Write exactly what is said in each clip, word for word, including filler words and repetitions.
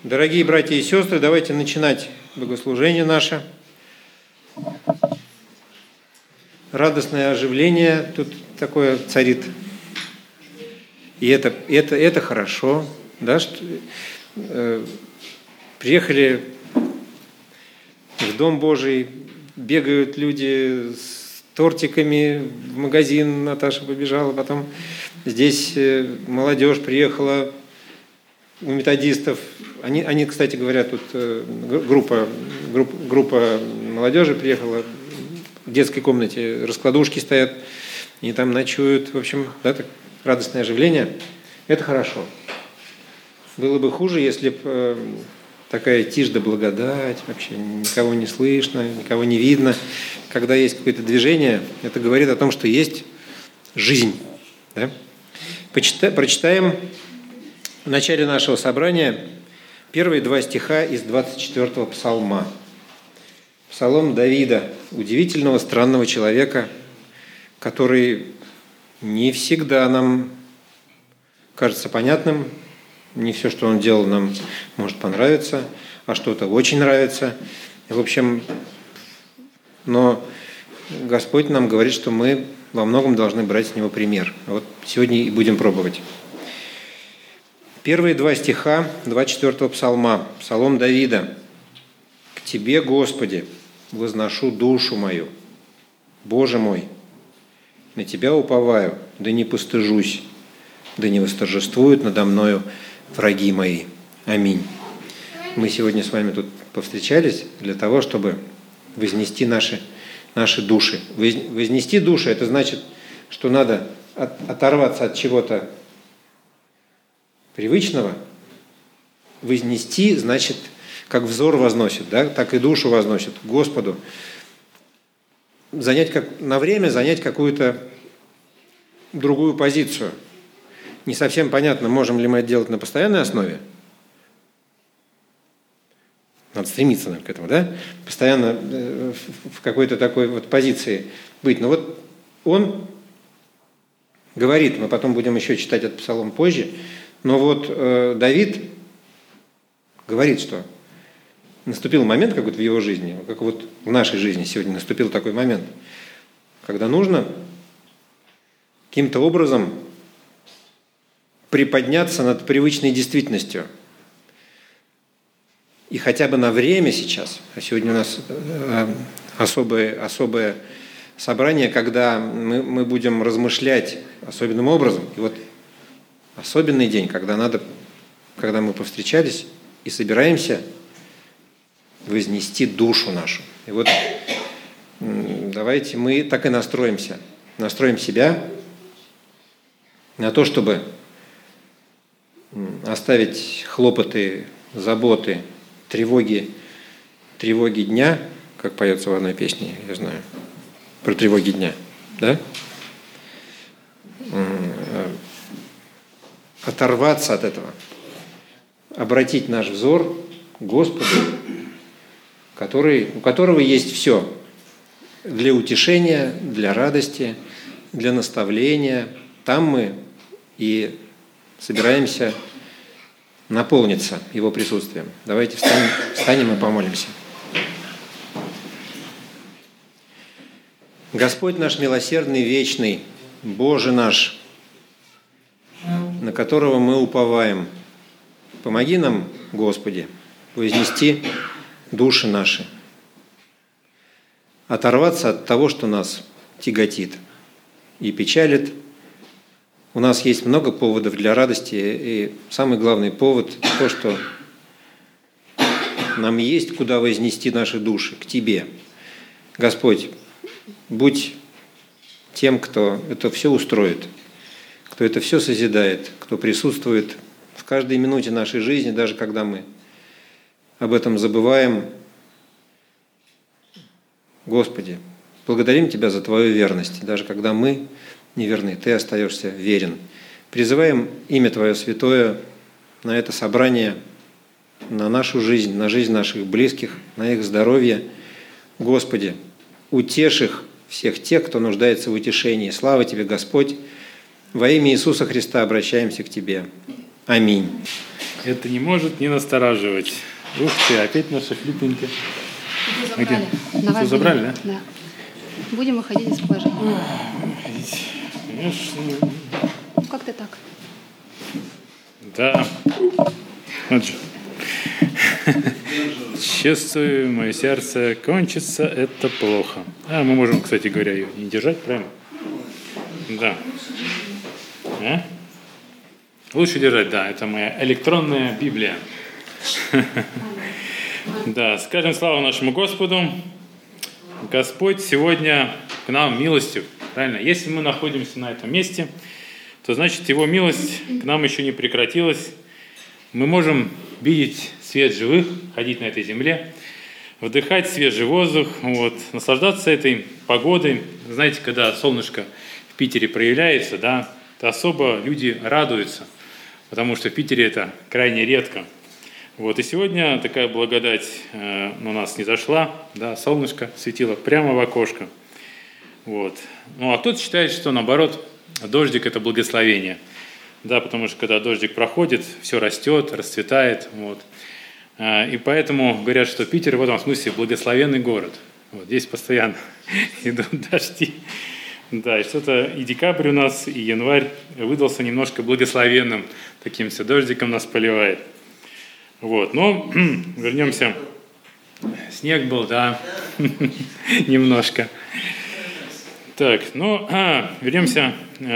Дорогие братья и сестры, давайте начинать богослужение наше. Радостное оживление тут такое царит. И это, это, это хорошо, да, что э, приехали в Дом Божий, бегают люди с тортиками в магазин, Наташа побежала, потом здесь э, молодежь приехала у методистов. Они, они, кстати говоря, тут э, группа, группа, группа молодежи приехала, в детской комнате раскладушки стоят, они там ночуют. В общем, да, так, радостное оживление. Это хорошо. Было бы хуже, если бы э, такая тишь да благодать, вообще никого не слышно, никого не видно. Когда есть какое-то движение, это говорит о том, что есть жизнь. Да? Почита, прочитаем в начале нашего собрания первые два стиха из двадцать четвёртого псалма. Псалом Давида, удивительного, странного человека, который не всегда нам кажется понятным, не все, что он делал, нам может понравиться, а что-то очень нравится. В общем, но Господь нам говорит, что мы во многом должны брать с Него пример. Вот сегодня и будем пробовать. Первые два стиха двадцать четвёртого псалма, псалом Давида. «К Тебе, Господи, возношу душу мою, Боже мой, на Тебя уповаю, да не постыжусь, да не восторжествуют надо мною враги мои. Аминь». Мы сегодня с вами тут повстречались для того, чтобы вознести наши, наши души. Вознести души – это значит, что надо от, оторваться от чего-то привычного. Вознести значит, как взор возносит, да, так и душу возносит к Господу. Занять как, на время занять какую-то другую позицию. Не совсем понятно, можем ли мы это делать на постоянной основе. Надо стремиться, наверное, к этому, да? Постоянно в какой-то такой вот позиции быть. Но вот он говорит, мы потом будем еще читать этот псалом позже, но вот э, Давид говорит, что наступил момент какой-то в его жизни, как вот в нашей жизни сегодня наступил такой момент, когда нужно каким-то образом приподняться над привычной действительностью. И хотя бы на время сейчас, а сегодня у нас особое, особое собрание, когда мы, мы будем размышлять особенным образом. И вот особенный день, когда надо, когда мы повстречались и собираемся вознести душу нашу. И вот давайте мы так и настроимся. Настроим себя на то, чтобы оставить хлопоты, заботы, тревоги, тревоги дня, как поется в одной песне, я знаю, про тревоги дня, да? Оторваться от этого, обратить наш взор к Господу, который, у которого есть все для утешения, для радости, для наставления. Там мы и собираемся наполниться Его присутствием. Давайте встанем, встанем и помолимся. Господь наш милосердный, вечный, Боже наш, на которого мы уповаем, помоги нам, Господи, вознести души наши, оторваться от того, что нас тяготит и печалит. У нас есть много поводов для радости, и самый главный повод – то, что нам есть куда вознести наши души, к Тебе. Господь, будь тем, кто это все устроит, кто это все созидает, кто присутствует в каждой минуте нашей жизни, даже когда мы об этом забываем. Господи, благодарим Тебя за Твою верность, даже когда мы неверны, Ты остаешься верен. Призываем имя Твое святое на это собрание, на нашу жизнь, на жизнь наших близких, на их здоровье. Господи, утешь их, всех тех, кто нуждается в утешении. Слава Тебе, Господь! Во имя Иисуса Христа обращаемся к Тебе. Аминь. Это не может не настораживать. Ух ты, опять наша Филиппинка. Забрали. Все забрали, да? Да. Будем выходить из положения. Конечно. Как-то так. Да. Вот же. Чувствую, мое сердце кончится, это плохо. А, мы можем, кстати говоря, ее не держать, правильно? Да. А? Лучше держать, да, это моя электронная Библия. Да, скажем славу нашему Господу. Господь сегодня к нам милостив, правильно? Если мы находимся на этом месте, то значит Его милость к нам еще не прекратилась. Мы можем видеть свет живых, ходить на этой земле, вдыхать свежий воздух, вот, наслаждаться этой погодой. Знаете, когда солнышко в Питере проявляется, да, то особо люди радуются, потому что в Питере это крайне редко. Вот, и сегодня такая благодать э, у нас не зашла, да, солнышко светило прямо в окошко. Вот. Ну, а кто-то считает, что наоборот, дождик – это благословение. Да, потому что когда дождик проходит, все растет, расцветает. Вот. И поэтому говорят, что Питер в этом смысле благословенный город. Вот. Здесь постоянно идут дожди. Да, и что-то и декабрь у нас, и январь выдался немножко благословенным. Таким все дождиком нас поливает. Вот. Но вернемся. Снег был, да, немножко. Так, ну, а, вернемся.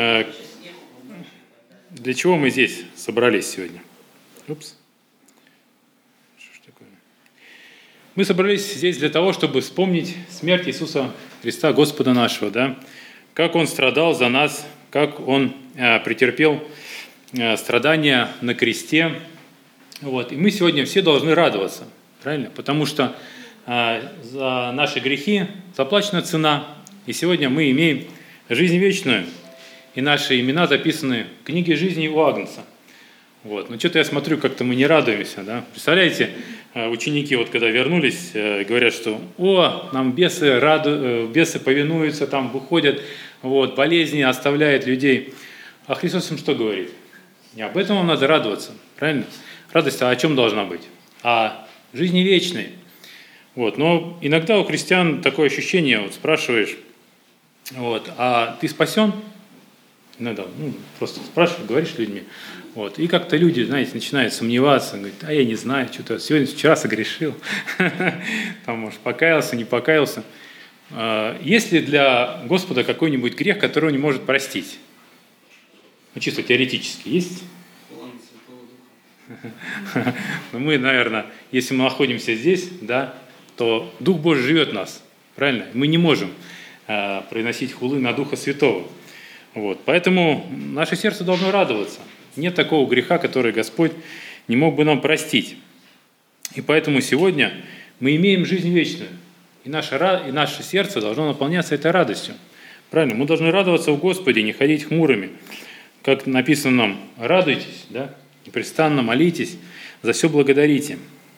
Для чего мы здесь собрались сегодня? Упс. Что ж такое? Мы собрались здесь для того, чтобы вспомнить смерть Иисуса Христа, Господа нашего, да? Как Он страдал за нас, как Он э, претерпел э, страдания на кресте. Вот. И мы сегодня все должны радоваться, правильно? Потому что э, за наши грехи заплачена цена, и сегодня мы имеем жизнь вечную. И наши имена записаны в книге жизни у Агнца. Вот. Но что-то я смотрю, как-то мы не радуемся. Да? Представляете, ученики, вот когда вернулись, говорят, что «О, нам бесы, раду... бесы повинуются, там выходят, вот, болезни оставляют людей». А Христос им что говорит? Не об этом вам надо радоваться, правильно? Радость о чем должна быть? О жизни вечной. Вот. Но иногда у христиан такое ощущение, вот спрашиваешь, вот, а ты спасен? Иногда, ну, просто спрашиваешь, говоришь с людьми. Вот. И как-то люди, знаете, начинают сомневаться, говорят, а я не знаю, что-то сегодня, вчера согрешил, там, может, покаялся, не покаялся. Есть ли для Господа какой-нибудь грех, который он не может простить? Ну, чисто теоретически есть? Ну, мы, наверное, если мы находимся здесь, да, то Дух Божий живет в нас, правильно? Мы не можем приносить хулы на Духа Святого. Вот. Поэтому наше сердце должно радоваться. Нет такого греха, который Господь не мог бы нам простить. И поэтому сегодня мы имеем жизнь вечную. И наше, и наше сердце должно наполняться этой радостью. Правильно? Мы должны радоваться в Господе, не ходить хмурыми. Как написано нам, радуйтесь, да? Непрестанно молитесь, за все благодарите.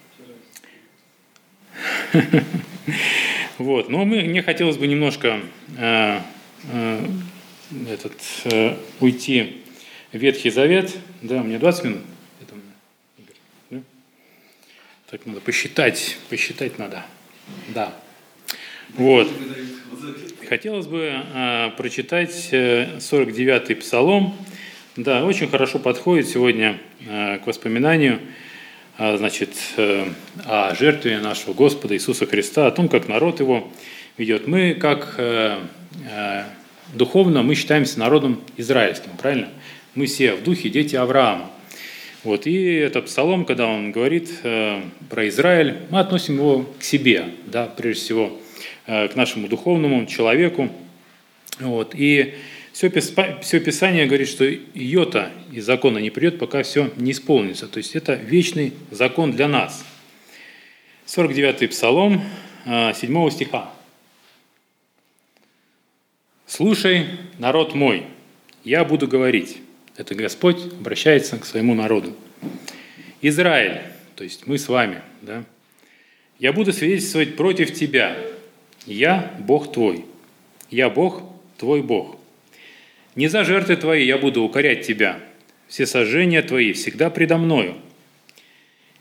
Вот. Но мы, мне хотелось бы немножко э, э, этот, э, уйти в Ветхий Завет. Да, мне двадцать минут. Это, да? Так надо посчитать, посчитать надо. Да. Вот. Хотелось бы э, прочитать э, сорок девятый Псалом. Да, очень хорошо подходит сегодня э, к воспоминанию э, значит, э, о жертве нашего Господа Иисуса Христа, о том, как народ его ведет. Мы, как э, э, духовно, мы считаемся народом израильским, правильно? Мы все в духе дети Авраама. Вот, и этот псалом, когда он говорит э, про Израиль, мы относим его к себе, да, прежде всего, э, к нашему духовному человеку. Вот, и все, все Писание говорит, что йота из закона не придет, пока все не исполнится. То есть это вечный закон для нас. сорок девятый Псалом, э, седьмого стиха. «Слушай, народ мой, я буду говорить». Это Господь обращается к своему народу. «Израиль», то есть мы с вами, да, «я буду свидетельствовать против тебя. Я Бог твой, я Бог твой Бог. Не за жертвы твои я буду укорять тебя. Все сожжения твои всегда предо мною.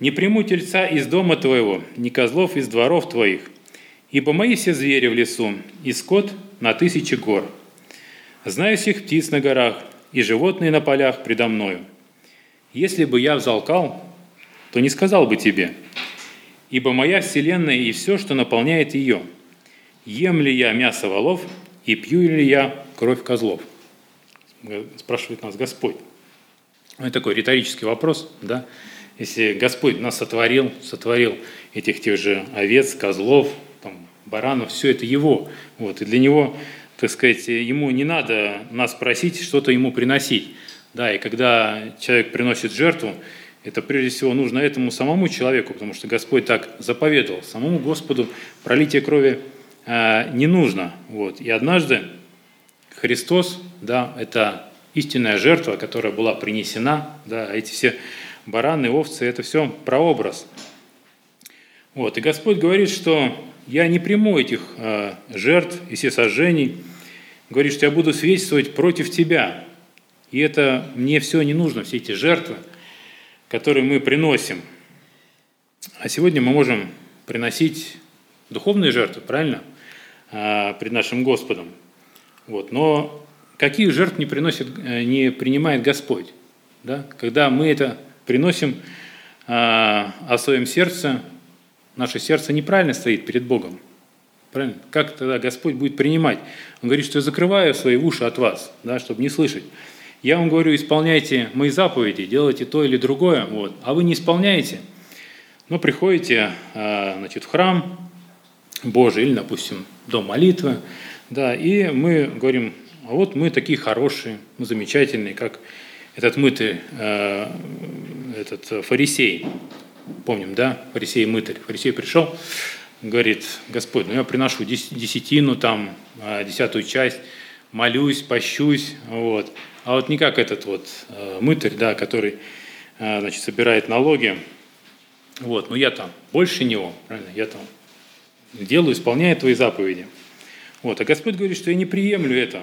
Не приму тельца из дома твоего, ни козлов из дворов твоих, ибо мои все звери в лесу, и скот на тысячи гор. Знаю всех птиц на горах, и животные на полях предо мною. Если бы я взалкал, то не сказал бы тебе, ибо моя вселенная и все, что наполняет ее. Ем ли я мясо волов, и пью ли я кровь козлов? Спрашивает нас Господь. Это такой риторический вопрос, да? Если Господь нас сотворил, сотворил этих тех же овец, козлов, там, баранов, все это Его. Вот, и для Него, так сказать, Ему не надо нас просить что-то Ему приносить. Да, и когда человек приносит жертву, это прежде всего нужно этому самому человеку, потому что Господь так заповедовал. Самому Господу пролитие крови э, не нужно. Вот. И однажды Христос, да, это истинная жертва, которая была принесена, да, эти все бараны, овцы, это все прообраз. Вот. И Господь говорит, что я не приму этих э, жертв и всесожжений, говорит, что я буду свидетельствовать против тебя. И это мне все не нужно, все эти жертвы, которые мы приносим. А сегодня мы можем приносить духовные жертвы, правильно, э, пред нашим Господом. Вот. Но какие жертвы не приносит, э, не принимает Господь? Да? Когда мы это приносим а, о своем сердце, наше сердце неправильно стоит перед Богом. Правильно? Как тогда Господь будет принимать? Он говорит, что я закрываю свои уши от вас, да, чтобы не слышать. Я вам говорю, исполняйте мои заповеди, делайте то или другое, вот, а вы не исполняете. Но приходите а, значит, в храм Божий или, допустим, дом молитвы, да, и мы говорим, а вот мы такие хорошие, мы замечательные, как этот мытый, э, этот фарисей, помним, да, фарисей мытарь. Фарисей пришел, говорит, Господь, ну я приношу десятину, там, десятую часть, молюсь, пощусь, вот. А вот не как этот вот э, мытарь, да, который, э, значит, собирает налоги, вот, но я там больше него, правильно, я там делаю, исполняю твои заповеди. Вот, а Господь говорит, что я не приемлю это.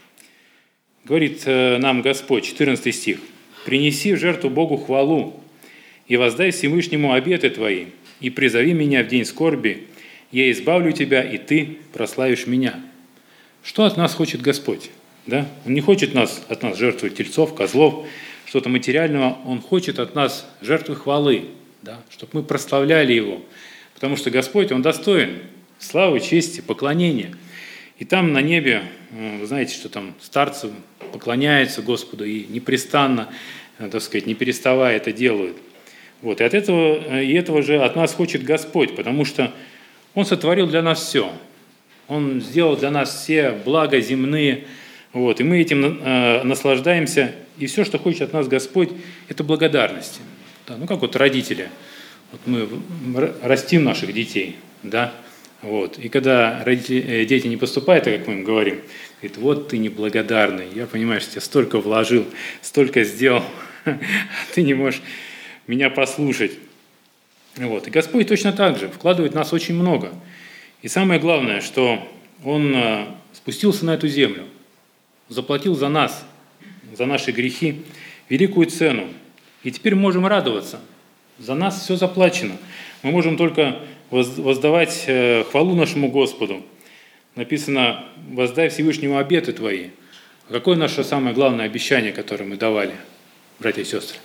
Говорит нам Господь, четырнадцатый стих, «Принеси в жертву Богу хвалу, и воздай Всевышнему обеты твои, и призови меня в день скорби, я избавлю тебя, и ты прославишь меня». Что от нас хочет Господь? Да? Он не хочет нас, от нас жертвы тельцов, козлов, что-то материального, Он хочет от нас жертвы хвалы, да? Чтобы мы прославляли Его, потому что Господь, Он достоин славы, чести, поклонения. И там на небе, вы знаете, что там старцы поклоняются Господу и непрестанно, так сказать, не переставая это делают. Вот. И, от этого, и этого же от нас хочет Господь, потому что Он сотворил для нас все. Он сделал для нас все блага земные, вот. И мы этим э, наслаждаемся. И все, что хочет от нас Господь, это благодарность. Да, ну, как вот родители. Вот мы растим наших детей, да, вот. И когда родители, дети не поступают, так как мы им говорим, говорит, вот ты неблагодарный, я понимаю, что я столько вложил, столько сделал, а ты не можешь меня послушать. Вот. И Господь точно так же вкладывает в нас очень много. И самое главное, что Он спустился на эту землю, заплатил за нас, за наши грехи, великую цену. И теперь мы можем радоваться. За нас все заплачено. Мы можем только воздавать хвалу нашему Господу. Написано, воздай Всевышнему обеты твои. А какое наше самое главное обещание, которое мы давали, братья и сестры?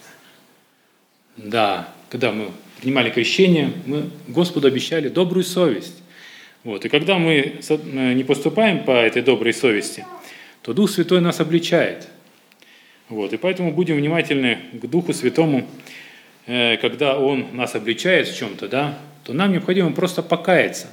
Да, когда мы принимали крещение, мы Господу обещали добрую совесть. Вот. И когда мы не поступаем по этой доброй совести, то Дух Святой нас обличает. Вот. И поэтому будем внимательны к Духу Святому, когда Он нас обличает в чем-то, да, то нам необходимо просто покаяться.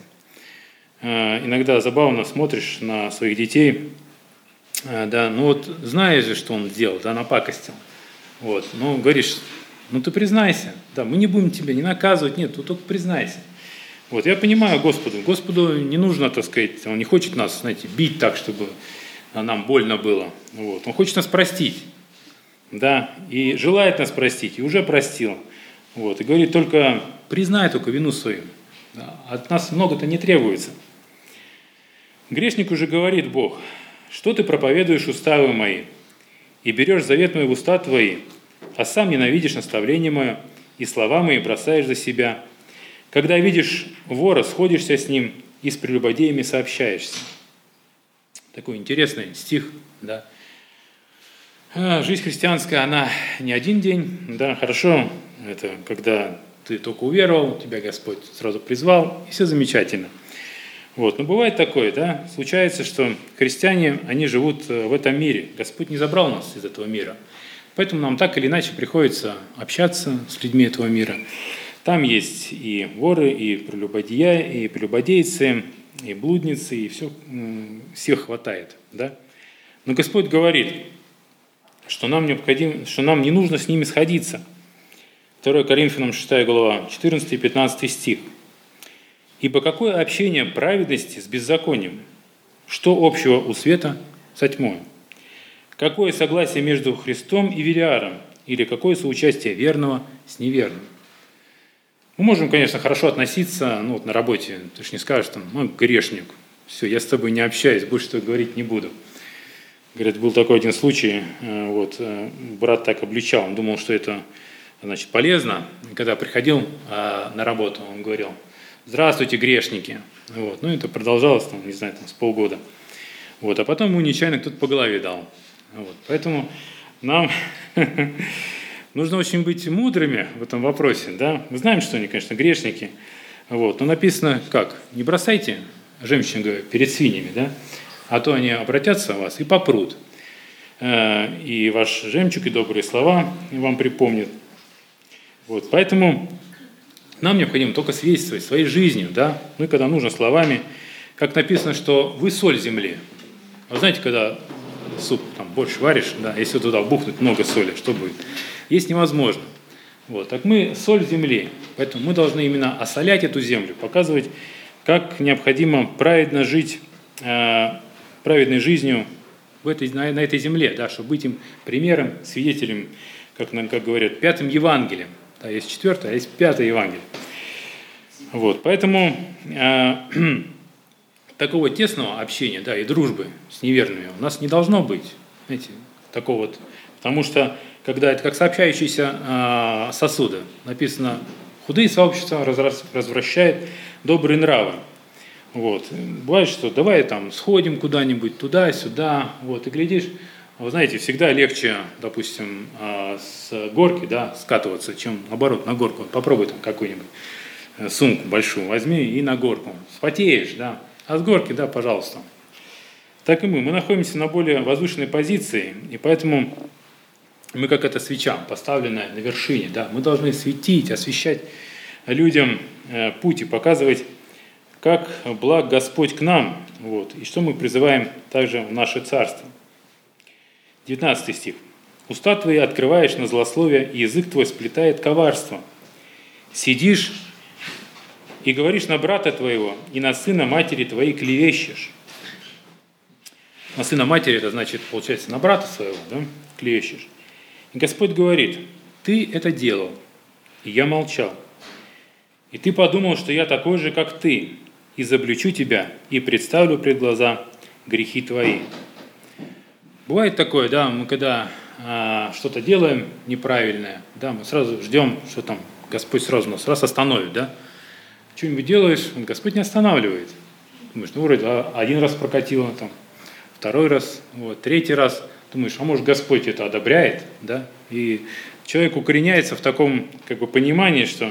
Иногда забавно смотришь на своих детей, да, ну вот знаешь же, что он сделал, да, напакостил. Вот, ну, говоришь, ну ты признайся, да, мы не будем тебя не наказывать, нет, ты только признайся. Вот, я понимаю Господу, Господу не нужно, так сказать, Он не хочет нас, знаете, бить так, чтобы нам больно было. Вот, Он хочет нас простить, да, и желает нас простить, и уже простил. Вот, и говорит, только признай только вину свою. Да, от нас много-то не требуется. Грешнику же говорит Бог, что ты проповедуешь уставы мои, и берешь завет мой в уста твои, а сам ненавидишь наставление мое, и слова мои бросаешь за себя. Когда видишь вора, сходишься с ним и с прелюбодеями сообщаешься». Такой интересный стих, да. А, жизнь христианская, она не один день, да, хорошо, это когда ты только уверовал, тебя Господь сразу призвал, и все замечательно. Вот. Но бывает такое, да, случается, что христиане, они живут в этом мире. Господь не забрал нас из этого мира. Поэтому нам так или иначе приходится общаться с людьми этого мира. Там есть и воры, и прелюбодея, и прелюбодейцы, и блудницы, и все, всех хватает, да. Но Господь говорит, что нам необходимо, что нам не нужно с ними сходиться. второе Коринфянам шестая глава, четырнадцатый и пятнадцатый стих. «Ибо какое общение праведности с беззаконием? Что общего у света со тьмой? Какое согласие между Христом и Велиаром? Или какое соучастие верного с неверным?» Мы можем, конечно, хорошо относиться, ну вот на работе, ты же не скажешь, там, ну, грешник, все, я с тобой не общаюсь, больше что говорить не буду. Говорят, был такой один случай, вот, брат так обличал, он думал, что это, значит, полезно. Когда приходил на работу, он говорил: «Здравствуйте, грешники». Вот. Ну, это продолжалось, там, не знаю, там, с полгода. Вот. А потом ему нечаянно кто-то по голове дал. Вот. Поэтому нам нужно очень быть мудрыми в этом вопросе. Да? Мы знаем, что они, конечно, грешники. Вот. Но написано как? Не бросайте жемчуга перед свиньями, да? А то они обратятся в вас и попрут. И ваш жемчуг, и добрые слова вам припомнят. Вот. Поэтому нам необходимо только свидетельствовать своей жизнью, да, ну и когда нужно словами, как написано, что вы соль земли. Вы знаете, когда суп там борщ варишь, да, если туда вбухнуть много соли, что будет? Есть невозможно. Вот, так мы соль земли, поэтому мы должны именно осолять эту землю, показывать, как необходимо праведно жить, э, праведной жизнью в этой, на, на этой земле, да, чтобы быть им примером, свидетелем, как, как говорят, пятым Евангелием. Да, есть четвертое, а есть пятое Евангелие. Вот, поэтому э, такого тесного общения, да, и дружбы с неверными у нас не должно быть, знаете, такого вот, потому что когда это как сообщающиеся э, сосуды, написано, худые сообщества развращают добрые нравы. Вот. Бывает, что давай там сходим куда-нибудь туда-сюда, вот, и глядишь. Вы знаете, всегда легче, допустим, с горки, да, скатываться, чем наоборот на горку. Попробуй там какую-нибудь сумку большую возьми и на горку. Спотеешь, да. А с горки, да, пожалуйста. Так и мы. Мы находимся на более возвышенной позиции, и поэтому мы как эта свеча, поставленная на вершине, да, мы должны светить, освещать людям путь и показывать, как благ Господь к нам, вот, и что мы призываем также в наше царство. девятнадцатый стих. «Уста твои открываешь на злословие, и язык твой сплетает коварство. Сидишь и говоришь на брата твоего, и на сына матери твоей клевещешь». На сына матери, это значит, получается, на брата своего, да, клевещешь. И Господь говорит: «Ты это делал, и я молчал. И ты подумал, что я такой же, как ты, изобличу тебя и представлю пред глаза грехи твои». Бывает такое, да, мы когда а, что-то делаем неправильное, да, мы сразу ждем, что там Господь сразу нас раз остановит, да. Что-нибудь делаешь, Господь не останавливает. Думаешь, ну вроде один раз прокатило, там, второй раз, вот, третий раз. Думаешь, а может Господь это одобряет, да. И человек укореняется в таком как бы понимании, что,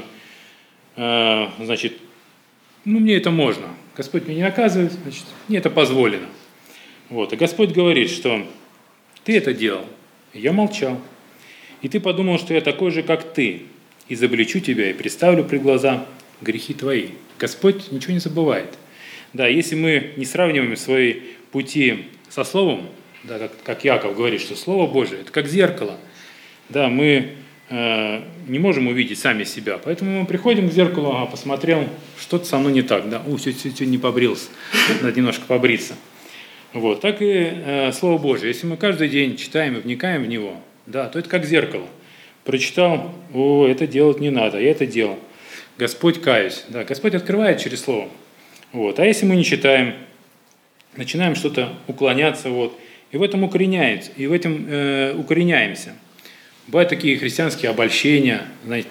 э, значит, ну мне это можно. Господь меня не наказывает, значит, мне это позволено. Вот, и Господь говорит, что ты это делал, и я молчал. И ты подумал, что я такой же, как ты, изобличу тебя и представлю пред глаза грехи твои. Господь ничего не забывает. Да, если мы не сравниваем свои пути со Словом, да, как, как Яков говорит, что Слово Божие – это как зеркало. Да, мы э, не можем увидеть сами себя, поэтому мы приходим к зеркалу, а посмотрел, что-то со мной не так, да, о, сегодня не побрился, надо немножко побриться. Вот, так и э, Слово Божие. Если мы каждый день читаем и вникаем в него, да, то это как зеркало. Прочитал, о, это делать не надо, я это делал. Господь, каюсь. Да, Господь открывает через Слово. Вот. А если мы не читаем, начинаем что-то уклоняться, вот, и в этом укореняемся, и в этом э, укореняемся. Бывают такие христианские обольщения, знаете, там,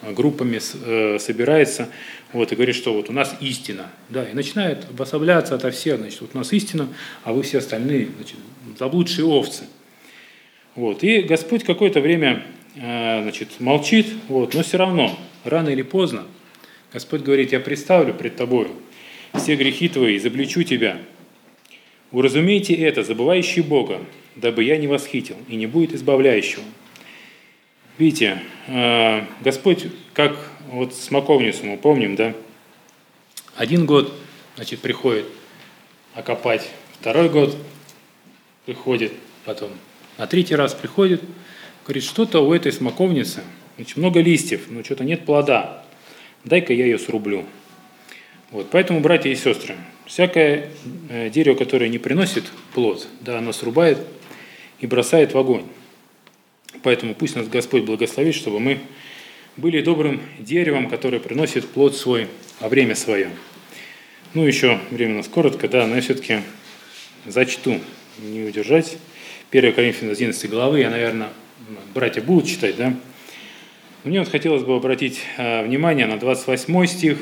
группами э, собирается, вот, и говорит, что вот у нас истина, да, и начинает обособляться ото всех, значит, вот у нас истина, а вы все остальные, значит, заблудшие овцы. Вот, и Господь какое-то время, э, значит, молчит, вот, но все равно, рано или поздно, Господь говорит: я представлю пред тобою все грехи твои, изобличу тебя. Уразумейте это, забывающий Бога, дабы я не восхитил, и не будет избавляющего. Видите, Господь, как вот смоковницу мы помним, да, один год, значит, приходит окопать, второй год приходит, потом на третий раз приходит, говорит, что-то у этой смоковницы, значит, много листьев, но что-то нет плода, дай-ка я ее срублю. Вот, поэтому, братья и сестры, всякое дерево, которое не приносит плод, да, оно срубает и бросает в огонь. Поэтому пусть нас Господь благословит, чтобы мы были добрым деревом, которое приносит плод свой во время свое. Ну, еще время у нас коротко, да, но я все-таки зачту, не удержать. первое Коринфянам одиннадцатой главы, я, наверное, братья будут читать, да. Мне вот хотелось бы обратить э, внимание на двадцать восьмой стих,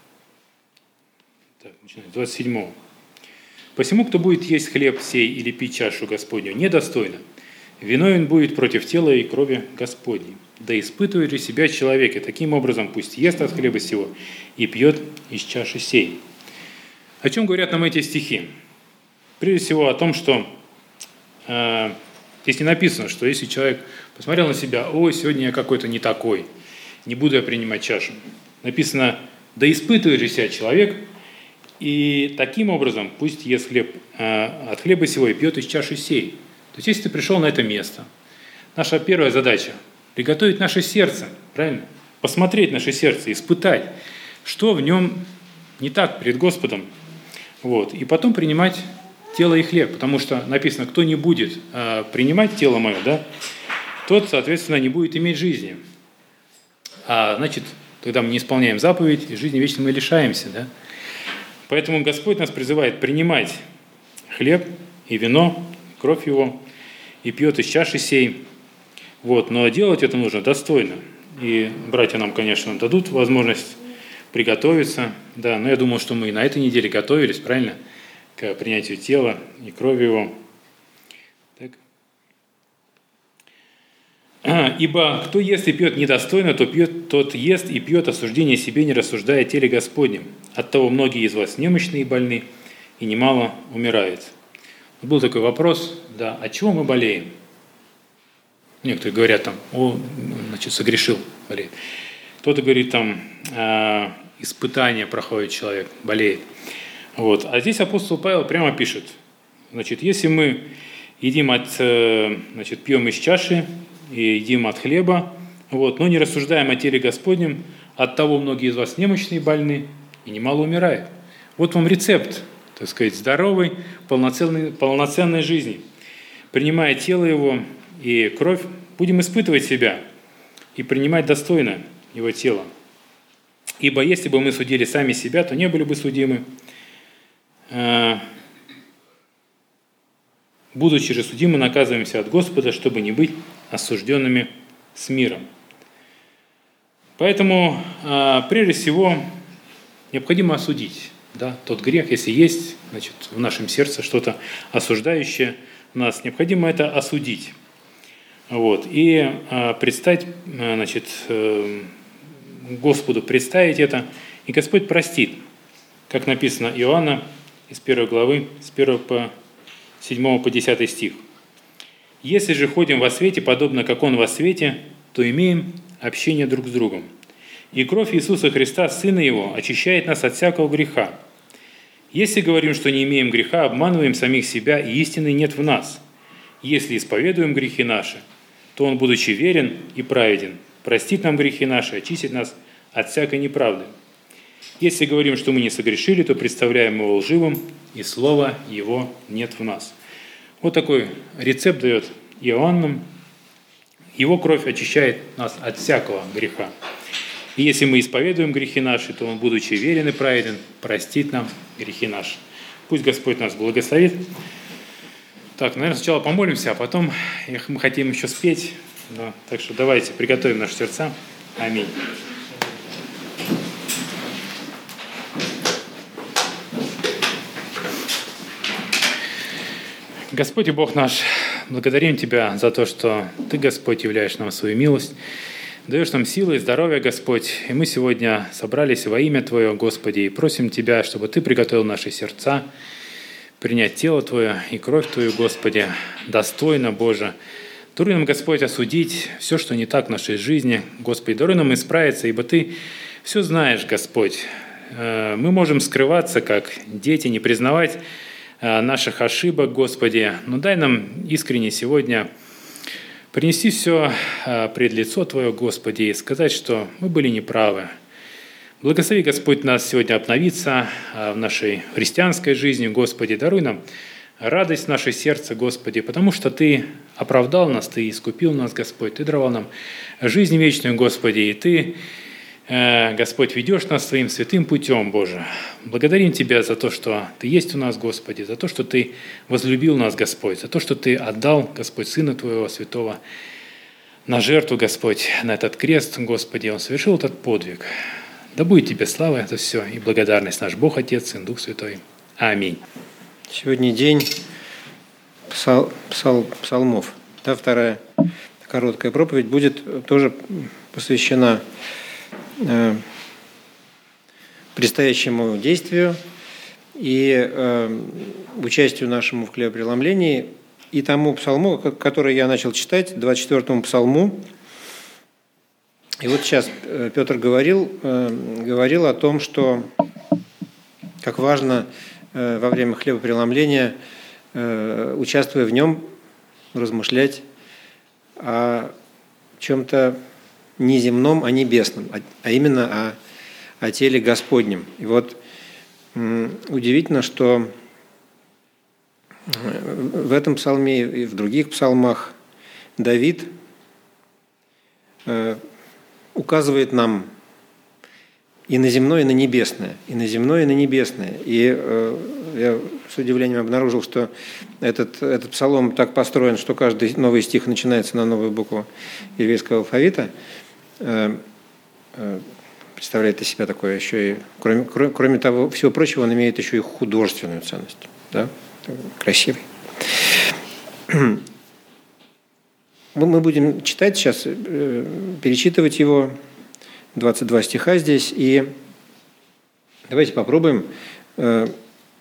так, начинаем, двадцать седьмой. «Посему, кто будет есть хлеб сей или пить чашу Господню недостойно, виновен будет против тела и крови Господней. Да испытывает ли себя человек, и таким образом пусть ест от хлеба сего и пьет из чаши сей». О чем говорят нам эти стихи? Прежде всего о том, что э, здесь не написано, что если человек посмотрел на себя: «Ой, сегодня я какой-то не такой, не буду я принимать чашу». Написано: «Да испытывает ли себя человек, и таким образом пусть ест хлеб, э, от хлеба сего и пьет из чаши сей». То есть, если ты пришел на это место, наша первая задача – приготовить наше сердце, правильно? Посмотреть наше сердце, испытать, что в нем не так перед Господом, вот, и потом принимать тело и хлеб, потому что написано: кто не будет э, принимать тело мое, да, тот, соответственно, не будет иметь жизни. А значит, тогда мы не исполняем заповедь, и жизни вечной мы лишаемся, да. Поэтому Господь нас призывает принимать хлеб и вино, кровь его, и пьет из чаши сей. Вот. Но делать это нужно достойно. И братья нам, конечно, дадут возможность приготовиться. Да, но я думал, что мы и на этой неделе готовились, правильно, к принятию тела и крови его. Так. А, «Ибо кто ест и пьет недостойно, то пьет, тот ест и пьет осуждение себе, не рассуждая о теле Господнем. Оттого многие из вас немощны и больны, и немало умирает». Был такой вопрос, да, от чего мы болеем? Некоторые говорят там: о, значит, согрешил, болеет. Кто-то говорит там, э, испытание проходит человек, болеет. Вот. А здесь апостол Павел прямо пишет: значит, если мы едим от, э, значит, пьем из чаши и едим от хлеба, вот, но не рассуждаем о теле Господнем, оттого многие из вас немощны и больны, и немало умирает. Вот вам рецепт, так сказать, здоровой, полноценной, полноценной жизни. Принимая тело его и кровь, будем испытывать себя и принимать достойно его тело. Ибо если бы мы судили сами себя, то не были бы судимы. Будучи же судимы, наказываемся от Господа, чтобы не быть осужденными с миром. Поэтому, прежде всего, необходимо осудить. Да, тот грех, если есть, значит, в нашем сердце что-то осуждающее нас, необходимо это осудить. Вот, и э, предстать, э, значит, э, Господу представить это, и Господь простит. Как написано Иоанна из первой главы, с первого по седьмого по десятый стих. «Если же ходим во свете, подобно как Он во свете, то имеем общение друг с другом. И кровь Иисуса Христа, Сына Его, очищает нас от всякого греха. Если говорим, что не имеем греха, обманываем самих себя, и истины нет в нас. Если исповедуем грехи наши, то Он, будучи верен и праведен, простит нам грехи наши, очистит нас от всякой неправды. Если говорим, что мы не согрешили, то представляем Его лживым, и слова Его нет в нас». Вот такой рецепт дает Иоанн нам. Его кровь очищает нас от всякого греха. И если мы исповедуем грехи наши, то Он, будучи верен и праведен, простит нам грехи наши. Пусть Господь нас благословит. Так, наверное, сначала помолимся, а потом мы хотим еще спеть. Да, так что давайте приготовим наши сердца. Аминь. Господь и Бог наш, благодарим Тебя за то, что Ты, Господь, являешь нам свою милость, даешь нам силы и здоровье, Господь. И мы сегодня собрались во имя Твое, Господи, и просим Тебя, чтобы Ты приготовил наши сердца, принять тело Твое и кровь Твою, Господи, достойно, Боже. Даруй нам, Господь, осудить все, что не так в нашей жизни. Господи, даруй нам исправиться, ибо Ты все знаешь, Господь. Мы можем скрываться, как дети, не признавать наших ошибок, Господи, но дай нам искренне сегодня принести все пред лицо Твое, Господи, и сказать, что мы были неправы. Благослови, Господь, нас сегодня обновиться в нашей христианской жизни, Господи, даруй нам радость в наше сердце, Господи, потому что Ты оправдал нас, Ты искупил нас, Господь, Ты даровал нам жизнь вечную, Господи, и Ты, Господь, ведешь нас Своим святым путем, Боже. Благодарим Тебя за то, что Ты есть у нас, Господи, за то, что Ты возлюбил нас, Господь, за то, что Ты отдал, Господь, Сына Твоего Святого на жертву, Господь, на этот крест, Господи, Он совершил этот подвиг. Да будет Тебе слава за все и благодарность наш Бог, Отец, Сын, Дух Святой. Аминь. Сегодня день псал, псал, псалмов. Да, вторая короткая проповедь будет тоже посвящена э, предстоящему действию и э, участию нашему в хлебопреломлении и тому псалму, который я начал читать, двадцать четвёртому псалму. И вот сейчас Петр говорил, э, говорил о том, что как важно э, во время хлебопреломления, э, участвуя в нем, размышлять о чем-то неземном, а небесном, а, а именно о, о теле Господнем. И вот м, удивительно, что в этом псалме и в других псалмах Давид э, указывает нам и на земное, и на небесное, и на земное, и на небесное. И э, я с удивлением обнаружил, что этот, этот псалом так построен, что каждый новый стих начинается на новую букву еврейского алфавита. Э, э, представляет из себя такое еще и, кроме, кроме, кроме того, всего прочего, он имеет еще и художественную ценность. Да? Красивый. Мы будем читать сейчас, перечитывать его, двадцать два стиха здесь, и давайте попробуем вот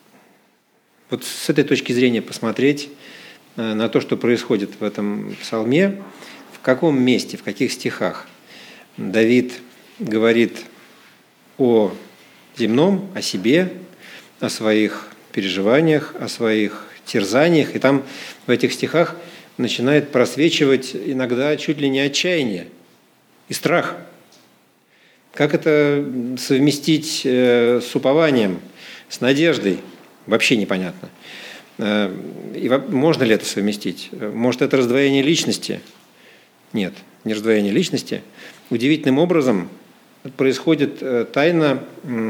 с этой точки зрения посмотреть на то, что происходит в этом псалме, в каком месте, в каких стихах Давид говорит о земном, о себе, о своих переживаниях, о своих терзаниях, и там в этих стихах начинает просвечивать иногда чуть ли не отчаяние и страх. Как это совместить с упованием, с надеждой, вообще непонятно. И можно ли это совместить? Может, это раздвоение личности? Нет, не раздвоение личности. Удивительным образом происходит тайна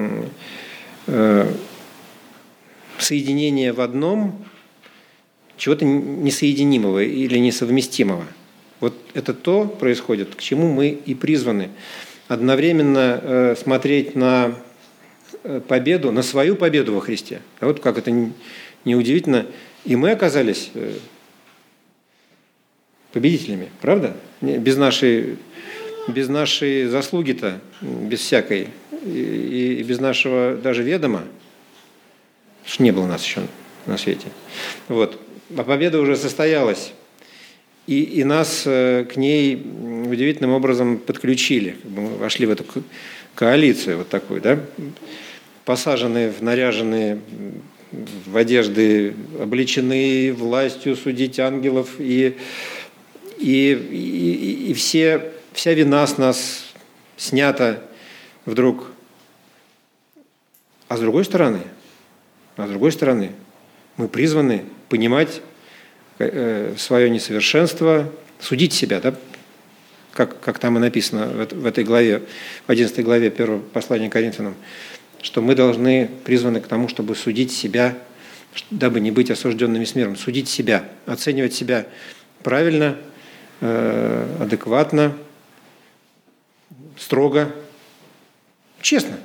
соединения в одном чего-то несоединимого или несовместимого. Вот это то происходит, к чему мы и призваны. Одновременно э, смотреть на победу, на свою победу во Христе. А вот как это неудивительно. И мы оказались э, победителями, правда? Без нашей, без нашей заслуги-то, без всякой, и, и без нашего даже ведома, что не было нас еще на свете. Вот. А победа уже состоялась, и, и нас к ней удивительным образом подключили. Мы вошли в эту коалицию вот такую, да? Посаженные, наряженные в одежды, облечены властью судить ангелов, и, и, и, и все, вся вина с нас снята вдруг. А с другой стороны, а с другой стороны, мы призваны понимать э, свое несовершенство, судить себя, да? как, как там и написано в, в этой главе, в одиннадцатой главе первого послания к Коринфянам, что мы должны призваны к тому, чтобы судить себя, дабы не быть осужденными с миром, судить себя, оценивать себя правильно, э, адекватно, строго, честно.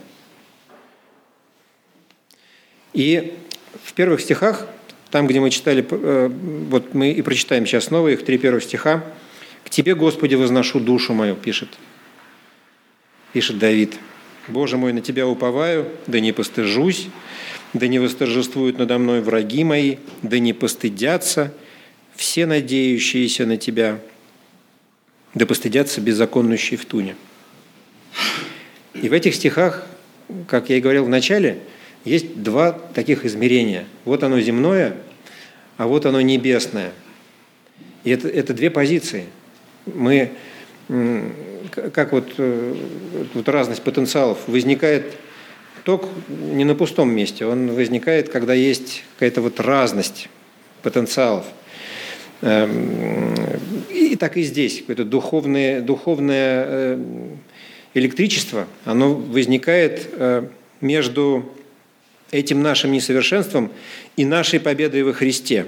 И в первых стихах, там, где мы читали, вот мы и прочитаем сейчас снова их три первых стиха, «К Тебе, Господи, возношу душу мою», пишет, пишет Давид. «Боже мой, на Тебя уповаю, да не постыжусь, да не восторжествуют надо мной враги мои, да не постыдятся все надеющиеся на Тебя, да постыдятся беззаконнущие в туне». И в этих стихах, как я и говорил в начале, есть два таких измерения. Вот оно земное, а вот оно небесное. И это, это две позиции. Мы, как вот, вот разность потенциалов, возникает ток не на пустом месте, он возникает, когда есть какая-то вот разность потенциалов. И так и здесь, какое-то духовное, духовное электричество, оно возникает между этим нашим несовершенством и нашей победой во Христе.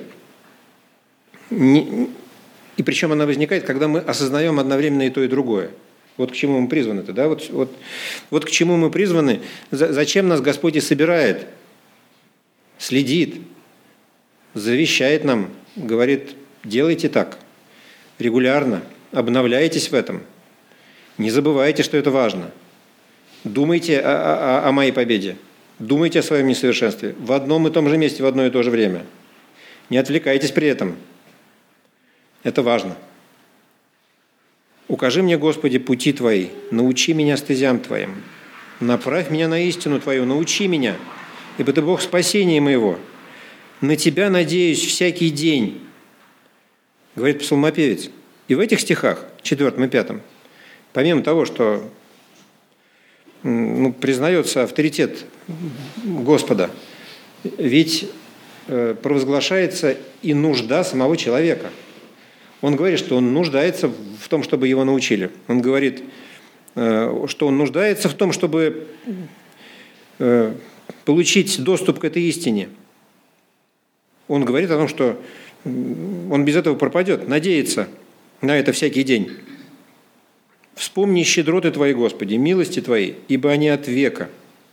И причем она возникает, когда мы осознаем одновременно и то, и другое. Вот к чему мы призваны-то, да? Вот, вот, вот к чему мы призваны, зачем нас Господь и собирает, следит, завещает нам, говорит, делайте так, регулярно, обновляйтесь в этом, не забывайте, что это важно, думайте о, о, о моей победе, думайте о своем несовершенстве в одном и том же месте, в одно и то же время. Не отвлекайтесь при этом. Это важно. «Укажи мне, Господи, пути Твои, научи меня стезям Твоим, направь меня на истину Твою, научи меня, ибо Ты Бог спасения моего. На Тебя надеюсь всякий день», говорит псалмопевец. И в этих стихах, четвертом и пятом, помимо того, что ну, признается авторитет Господа, ведь э, провозглашается и нужда самого человека. Он говорит, что он нуждается в том, чтобы его научили. Он говорит, э, что он нуждается в том, чтобы э, получить доступ к этой истине. Он говорит о том, что он без этого пропадет, надеется на это всякий день. «Вспомни щедроты Твои, Господи, милости Твои, ибо они от века».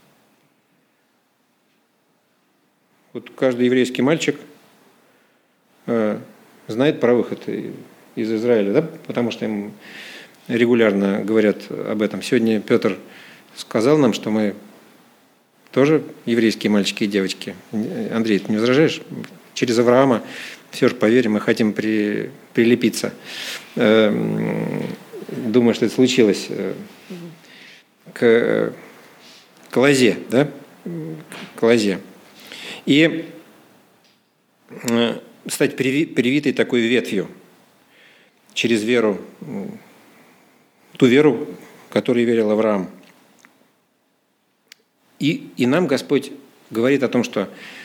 Вот каждый еврейский мальчик э, знает про выход из Израиля, да? Потому что им регулярно говорят об этом. Сегодня Петр сказал нам, что мы тоже еврейские мальчики и девочки. Андрей, ты не возражаешь? Через Авраама все же, поверим, мы хотим при, прилепиться. Э, думаю, что это случилось к, к лозе, да? К лозе. И стать привитой такой ветвью через веру, ту веру, которой верил Авраам. И, и нам Господь говорит о том, что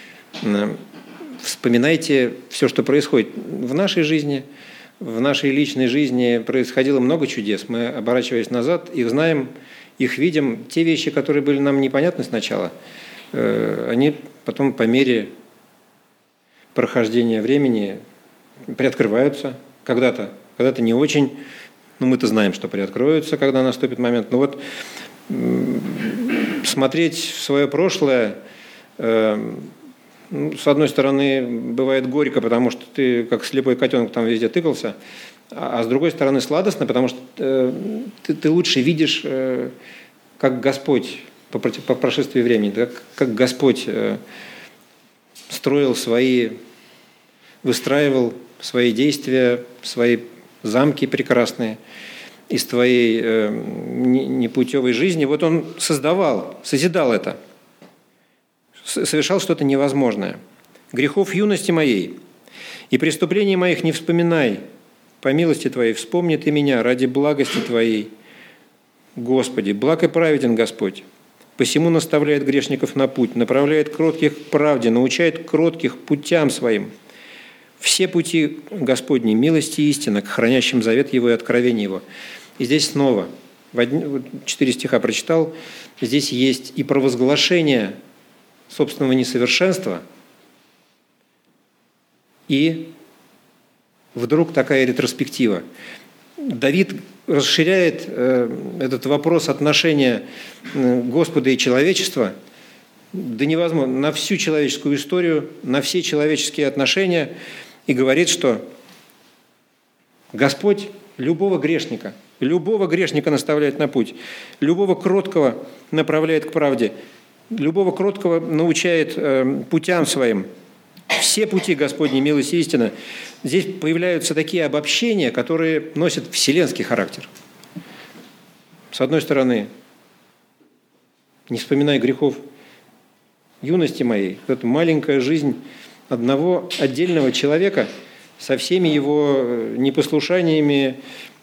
вспоминайте все, что происходит в нашей жизни, в нашей личной жизни происходило много чудес. Мы, оборачиваясь назад, их знаем, их видим. Те вещи, которые были нам непонятны сначала, они потом по мере прохождения времени приоткрываются. Когда-то, когда-то не очень, но мы-то знаем, что приоткроются, когда наступит момент. Но вот смотреть в свое прошлое, с одной стороны, бывает горько, потому что ты, как слепой котенок, там везде тыкался, а с другой стороны, сладостно, потому что ты, ты лучше видишь, как Господь по, по прошествии времени, как, как Господь строил свои, выстраивал свои действия, свои замки прекрасные из твоей непутевой жизни. Вот Он создавал, созидал это. Совершал что-то невозможное. «Грехов юности моей и преступлений моих не вспоминай. По милости Твоей вспомни Ты меня ради благости Твоей. Господи, благ и праведен Господь. Посему наставляет грешников на путь, направляет кротких к правде, научает кротких путям Своим. Все пути Господни, милости и истина, к хранящим завет Его и откровение Его». И здесь снова, в одни, четыре стиха прочитал, здесь есть и провозглашение собственного несовершенства, и вдруг такая ретроспектива. Давид расширяет этот вопрос отношения Господа и человечества до невозможно, на всю человеческую историю, на все человеческие отношения, и говорит, что Господь любого грешника, любого грешника наставляет на путь, любого кроткого направляет к правде, любого кроткого научает э, путям своим. Все пути Господни, милость и истина. Здесь появляются такие обобщения, которые носят вселенский характер. С одной стороны, не вспоминай грехов юности моей, это маленькая жизнь одного отдельного человека со всеми его непослушаниями,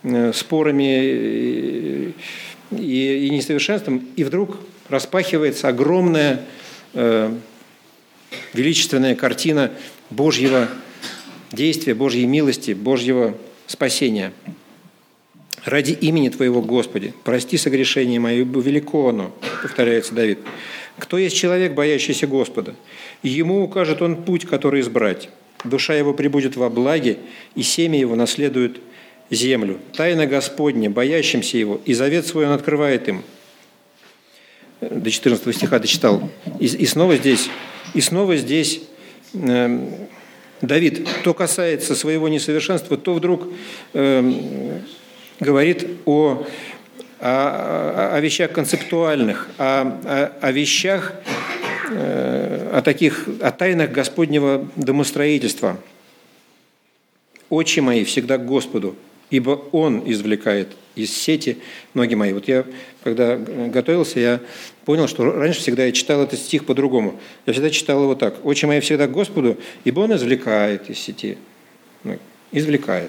спорами и, и несовершенством, и вдруг распахивается огромная э, величественная картина Божьего действия, Божьей милости, Божьего спасения. «Ради имени Твоего, Господи, прости согрешение мое, ибо велико оно», повторяется Давид. «Кто есть человек, боящийся Господа? Ему укажет он путь, который избрать. Душа его пребудет во благе, и семя его наследует землю. Тайна Господня, боящимся его, и завет свой он открывает им». До четырнадцатого стиха дочитал. И, и снова здесь, и снова здесь э, Давид то касается своего несовершенства, то вдруг э, говорит о, о, о вещах концептуальных, о, о, о вещах, э, о таких, о тайнах Господнего домостроительства. «Очи мои всегда к Господу, ибо Он извлекает из сети ноги мои». Вот я, когда готовился, я понял, что раньше всегда я читал этот стих по-другому. Я всегда читал его так: «Очи мои всегда к Господу, ибо Он извлекает из сети». Извлекает.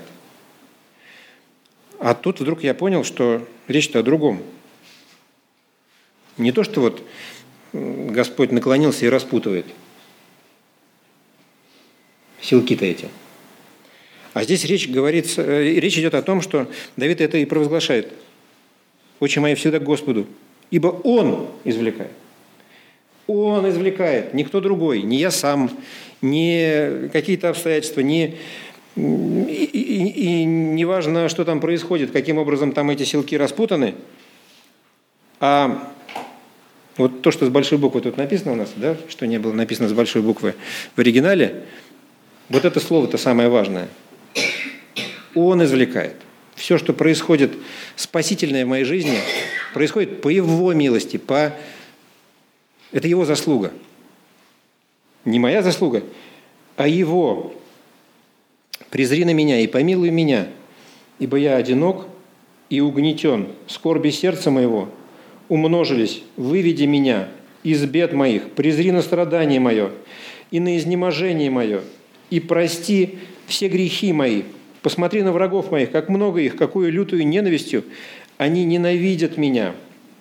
А тут вдруг я понял, что речь-то о другом. Не то, что вот Господь наклонился и распутывает силки-то эти. А здесь речь, говорится, речь идет о том, что Давид это и провозглашает. «Очи мои всегда к Господу, ибо Он извлекает». Он извлекает, никто другой, не я сам, не какие-то обстоятельства, не... И, и, и не важно, что там происходит, каким образом там эти силки распутаны, а вот то, что с большой буквы тут написано у нас, да, что не было написано с большой буквы в оригинале, вот это слово-то самое важное. Он извлекает. Все, что происходит спасительное в моей жизни, происходит по Его милости, по... это Его заслуга. Не моя заслуга, а Его. «Презри на меня и помилуй меня, ибо я одинок и угнетен, скорби сердца моего умножились, выведи меня из бед моих, презри на страдание мое и на изнеможение мое, и прости все грехи мои. Посмотри на врагов моих, как много их, какую лютую ненавистью они ненавидят меня».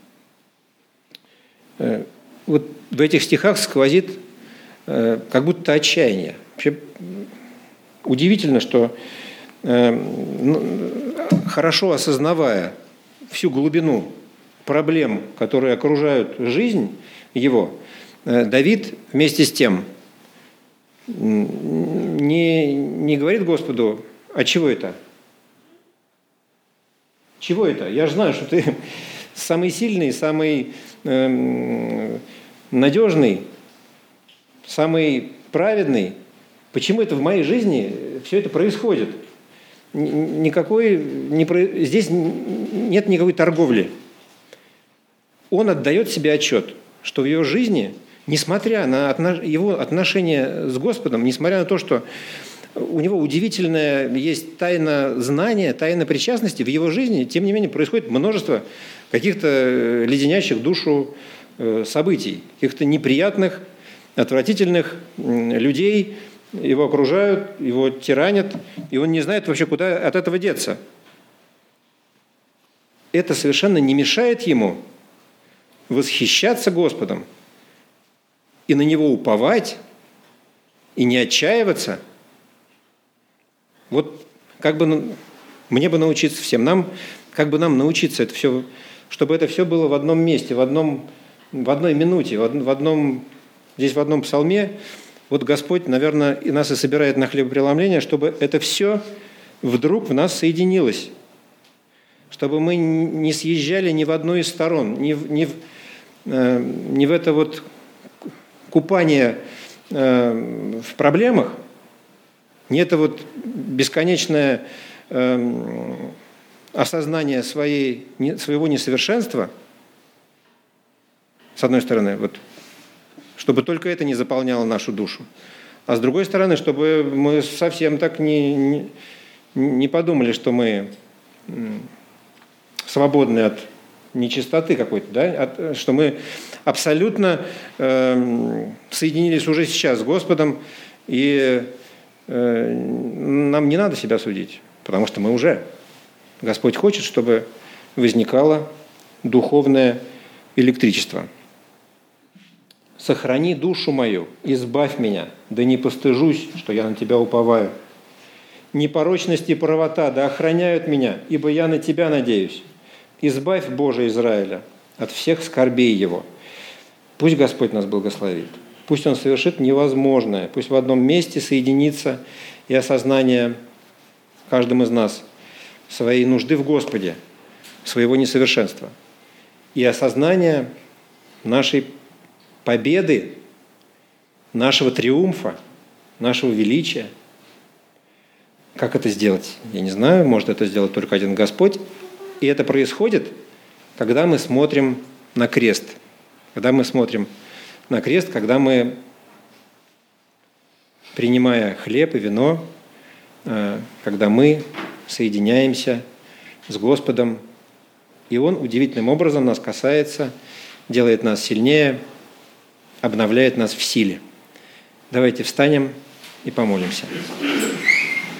Вот в этих стихах сквозит как будто отчаяние. Вообще удивительно, что хорошо осознавая всю глубину проблем, которые окружают жизнь его, Давид вместе с тем не, не говорит Господу: «А чего это? Чего это? Я же знаю, что ты самый сильный, самый э, надежный, самый праведный. Почему это в моей жизни все это происходит? Никакой, не, здесь нет никакой торговли». Он отдает себе отчет, что в его жизни, несмотря на его отношения с Господом, несмотря на то, что у него удивительная есть тайна знания, тайна причастности, в его жизни, тем не менее, происходит множество каких-то леденящих душу событий, каких-то неприятных, отвратительных людей. Его окружают, его тиранят, и он не знает вообще, куда от этого деться. Это совершенно не мешает ему восхищаться Господом и на Него уповать, и не отчаиваться. Вот как бы мне бы научиться всем, нам, как бы нам научиться это все, чтобы это все было в одном месте, в, одном, в одной минуте, в одном, здесь в одном псалме. Вот Господь, наверное, и нас и собирает на хлебопреломление, чтобы это все вдруг в нас соединилось. чтобы мы не съезжали ни в одну из сторон, ни в, ни в, э, ни в это вот купание э, в проблемах, ни это вот бесконечное э, осознание своей, не, своего несовершенства, с одной стороны, вот, чтобы только это не заполняло нашу душу, а с другой стороны, чтобы мы совсем так не, не, не подумали, что мы свободны от нечистоты какой-то, да? От, что мы абсолютно э, соединились уже сейчас с Господом, и э, нам не надо себя судить, потому что мы уже. Господь хочет, чтобы возникало духовное электричество. «Сохрани душу мою, избавь меня, да не постыжусь, что я на Тебя уповаю. Непорочность и правота да охраняют меня, ибо я на Тебя надеюсь. Избавь, Боже Израиля, от всех скорбей его». Пусть Господь нас благословит. Пусть Он совершит невозможное. Пусть в одном месте соединится и осознание каждым из нас своей нужды в Господе, своего несовершенства, и осознание нашей победы, нашего триумфа, нашего величия. Как это сделать? Я не знаю, может это сделать только один Господь. И это происходит, когда мы смотрим на крест. Когда мы смотрим на крест, когда мы, принимая хлеб и вино, когда мы соединяемся с Господом, и Он удивительным образом нас касается, делает нас сильнее, обновляет нас в силе. Давайте встанем и помолимся.